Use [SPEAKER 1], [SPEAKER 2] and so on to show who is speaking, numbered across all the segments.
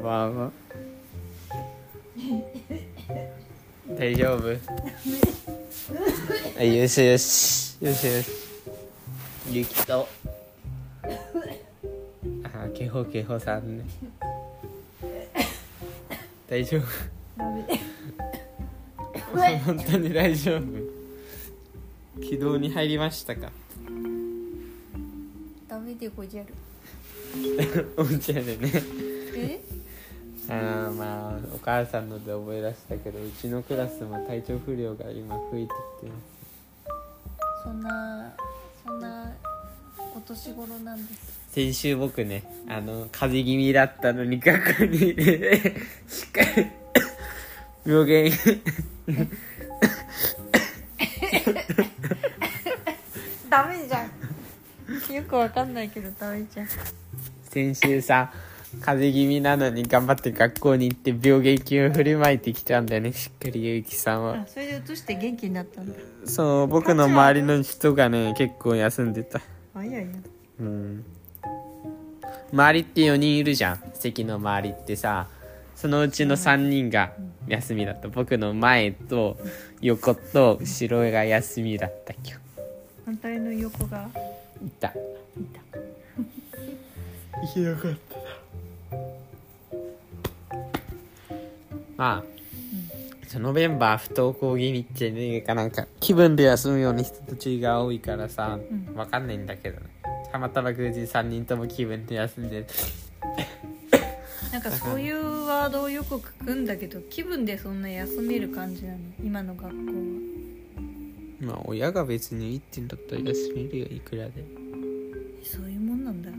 [SPEAKER 1] ばんは。大丈夫？よしよしよしよし。ゆきとけほけほさんね。大丈夫？本当に大丈夫？軌道に入りましたか？
[SPEAKER 2] ダメでごじゃる。
[SPEAKER 1] おもちゃでね。
[SPEAKER 2] え？
[SPEAKER 1] まあお母さんので覚え出したけど、うちのクラスも体調不良が今増えてきてます。
[SPEAKER 2] そんなお年頃なんです。
[SPEAKER 1] 先週僕ね、風邪気味だったのに学校に入れてしっかり病原
[SPEAKER 2] ダメじゃん。よくわかんないけどダメじゃん。
[SPEAKER 1] 先週さ、風邪気味なのに頑張って学校に行って病原菌を振りまいてきたんだよね、しっかりゆうきさんは。
[SPEAKER 2] それで移して元気になったんだ。
[SPEAKER 1] そう、僕の周りの人がね結構休んでた。
[SPEAKER 2] あ、いやいや。
[SPEAKER 1] 周りって4人いるじゃん、席の周りってさ。そのうちの3人が休みだった。僕の前と横と後ろが休みだった今日。
[SPEAKER 2] 反対の横が
[SPEAKER 1] いた。ひどかったな。まあ、ノベンバー不登校気味ってね、なんか気分で休むような人たちが多いからさ、わかんないんだけどね。たまたま偶然3人とも気分で休んでる。
[SPEAKER 2] なんかそういうワードをよく聞くんだけど、気分でそんな休める感じなの今の学校は。
[SPEAKER 1] まあ親が別にいいってんだったら休めるよ、いくらで。
[SPEAKER 2] そういうもんなんだ。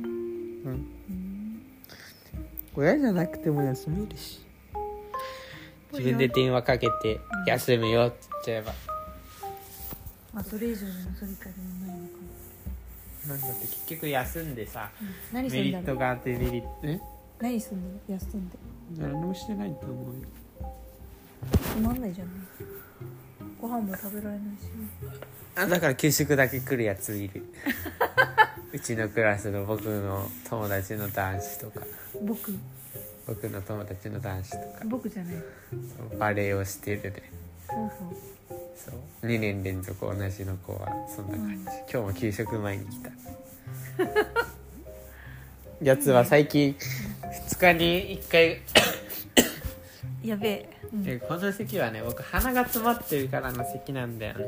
[SPEAKER 1] 親じゃなくても休めるし、自分で電話かけて休むよって言っちゃえば、
[SPEAKER 2] それ以上のそれからもないのか
[SPEAKER 1] なんだって結局休んでさ、
[SPEAKER 2] 何す
[SPEAKER 1] メリ
[SPEAKER 2] るんだろう。
[SPEAKER 1] ットがあってメリット
[SPEAKER 2] 何するの休んで。
[SPEAKER 1] 何もしてないと思うよ。
[SPEAKER 2] つまんないじゃん。ご飯も食べられないし。
[SPEAKER 1] だから給食だけ来るやついる。うちのクラスの僕の友達の男子とか、僕の友達の男子とか、
[SPEAKER 2] 僕じゃない。
[SPEAKER 1] そうバレエをしてるね。そう2年連続同じの子はそんな感じ、今日も給食前に来たやつは最近2日に1回
[SPEAKER 2] やべえ、
[SPEAKER 1] この席はね、僕鼻が詰まってるからの席なんだよね。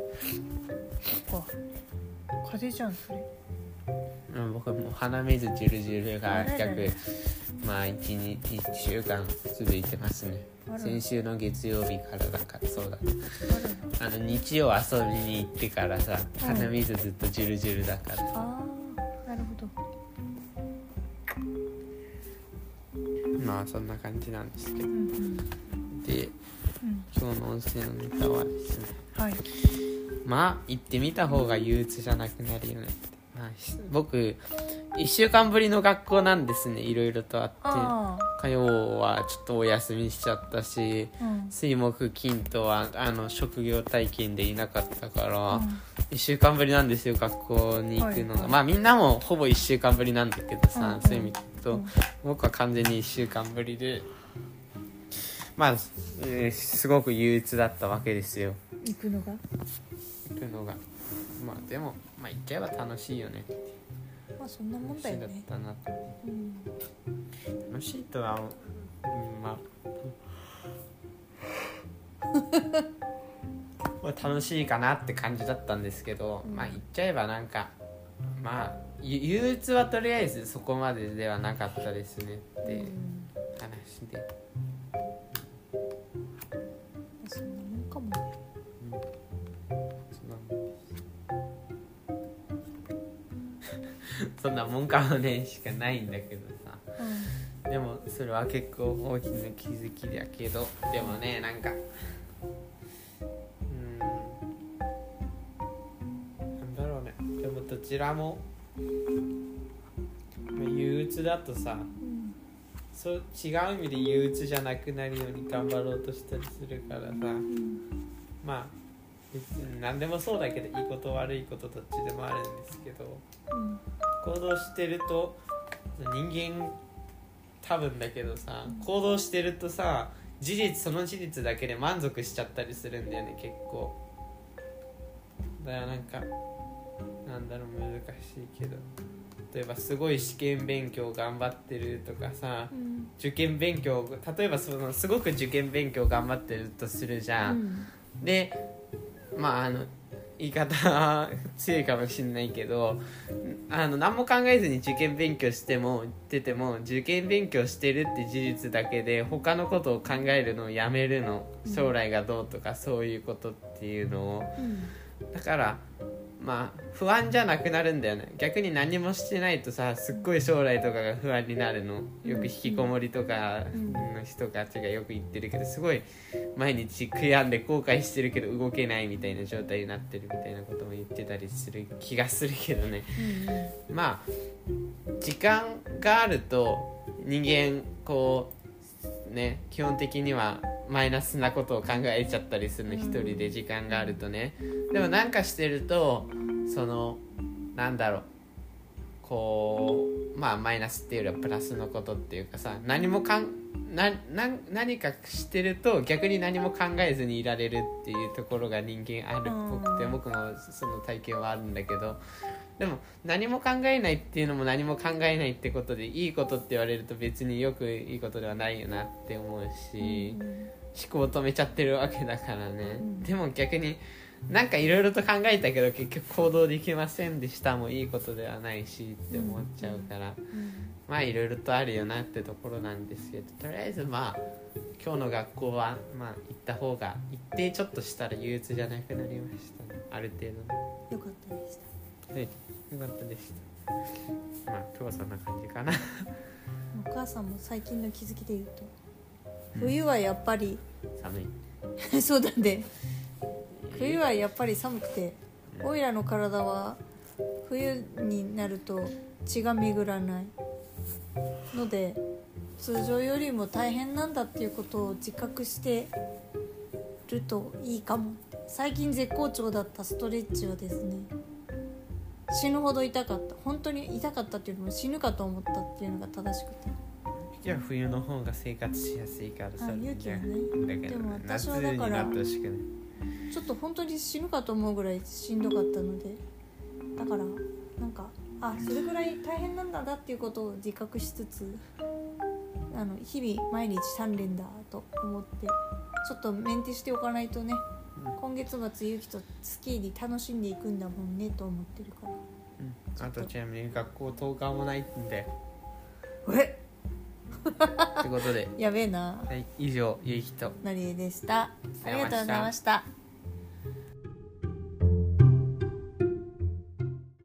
[SPEAKER 2] 風邪じゃんそれ。
[SPEAKER 1] 僕もう鼻水ジュルジュルが約1週間続いてますね。先週の月曜日からだから。そうだね、日曜遊びに行ってからさ、鼻水ずっとジュルジュルだから。
[SPEAKER 2] なるほど。
[SPEAKER 1] まあそんな感じなんですけど、で、今日の音声のネタはですね、まあ行ってみた方が憂鬱じゃなくなるよねって。僕1週間ぶりの学校なんですね。いろいろとあって火曜はちょっとお休みしちゃったし、水木金とは職業体験でいなかったから、1週間ぶりなんですよ学校に行くのが。まあみんなもほぼ1週間ぶりなんだけどさ、そういう意味で言うと、僕は完全に1週間ぶりで、まあ、すごく憂鬱だったわけですよ。
[SPEAKER 2] 行くのが
[SPEAKER 1] まあでも行っちゃえば楽しいよねって。
[SPEAKER 2] そんなもんだよね。
[SPEAKER 1] 楽しいだったなって、楽しいとは楽しいかなって感じだったんですけど、言っちゃえばなんか憂鬱はとりあえずそこまでではなかったですねっていう話で、
[SPEAKER 2] そんなもんかもね。
[SPEAKER 1] そんなもんかもねしかないんだけどさ、でもそれは結構大きな気づきだけど、でもね、なんかなんだろうね。でもどちらも憂鬱だとさ、そう違う意味で憂鬱じゃなくなるように頑張ろうとしたりするからさ、別に何でもそうだけど、いいこと悪いことどっちでもあるんですけど、行動してると人間多分だけどさ、行動してるとさその事実だけで満足しちゃったりするんだよね結構。だからなんかなんだろう難しいけど、例えばすごい試験勉強頑張ってるとかさ、受験勉強例えばすごく受験勉強頑張ってるとするじゃん、でまあ言い方強いかもしれないけど何も考えずに受験勉強しても出ても受験勉強してるって事実だけで他のことを考えるのをやめるの、将来がどうとかそういうことっていうのを、だからまあ不安じゃなくなるんだよね。逆に何もしてないとさすっごい将来とかが不安になるの。よく引きこもりとかの人たちがよく言ってるけど、すごい毎日悔やんで後悔してるけど動けないみたいな状態になってるみたいなことも言ってたりする気がするけどね、まあ時間があると人間こうね基本的にはマイナスなことを考えちゃったりするの、一人で時間があるとね。でもなんかしてるとなんだろうこうまあマイナスっていうよりはプラスのことっていうかさ、何かしてると逆に何も考えずにいられるっていうところが人間あるっぽくて、僕もその体験はあるんだけど、でも何も考えないっていうのも何も考えないってことでいいことって言われると別によくいいことではないよなって思うし、思考を止めちゃってるわけだからね、でも逆になんかいろいろと考えたけど結局行動できませんでしたもいいことではないしって思っちゃうから、まあいろいろとあるよなってところなんですけど、とりあえずまあ今日の学校はまあ行った方が行ってちょっとしたら憂鬱じゃなくなりましたね、ある程度の。
[SPEAKER 2] よかったでした。
[SPEAKER 1] はい、よかったでした。まあ今日はそんな感じかな
[SPEAKER 2] お母さんも最近の気づきで言うと冬はやっぱり
[SPEAKER 1] 寒
[SPEAKER 2] いそうだね、冬はやっぱり寒くて、オイラの体は冬になると血が巡らないので通常よりも大変なんだっていうことを自覚してるといいかもって。最近絶好調だったストレッチはですね、死ぬほど痛かった。本当に痛かったっていうのも死ぬかと思ったっていうのが正しくて、
[SPEAKER 1] じゃあ冬の方が生活しやすいからさ、
[SPEAKER 2] 勇気はね。
[SPEAKER 1] だけど
[SPEAKER 2] でも私は
[SPEAKER 1] 夏に
[SPEAKER 2] だから
[SPEAKER 1] なってほしくない。
[SPEAKER 2] ちょっと本当に死ぬかと思うぐらいしんどかったので、だからなんかそれぐらい大変なんだっていうことを自覚しつつ、日々毎日鍛錬だと思ってちょっとメンテしておかないとね、今月末ゆきとスキーに楽しんでいくんだもんねと思ってるから、
[SPEAKER 1] あとちなみに学校10日もないんで
[SPEAKER 2] って
[SPEAKER 1] ことで
[SPEAKER 2] やべえな。
[SPEAKER 1] はい、以上ゆきと
[SPEAKER 2] のりえでした。ありがとうございました。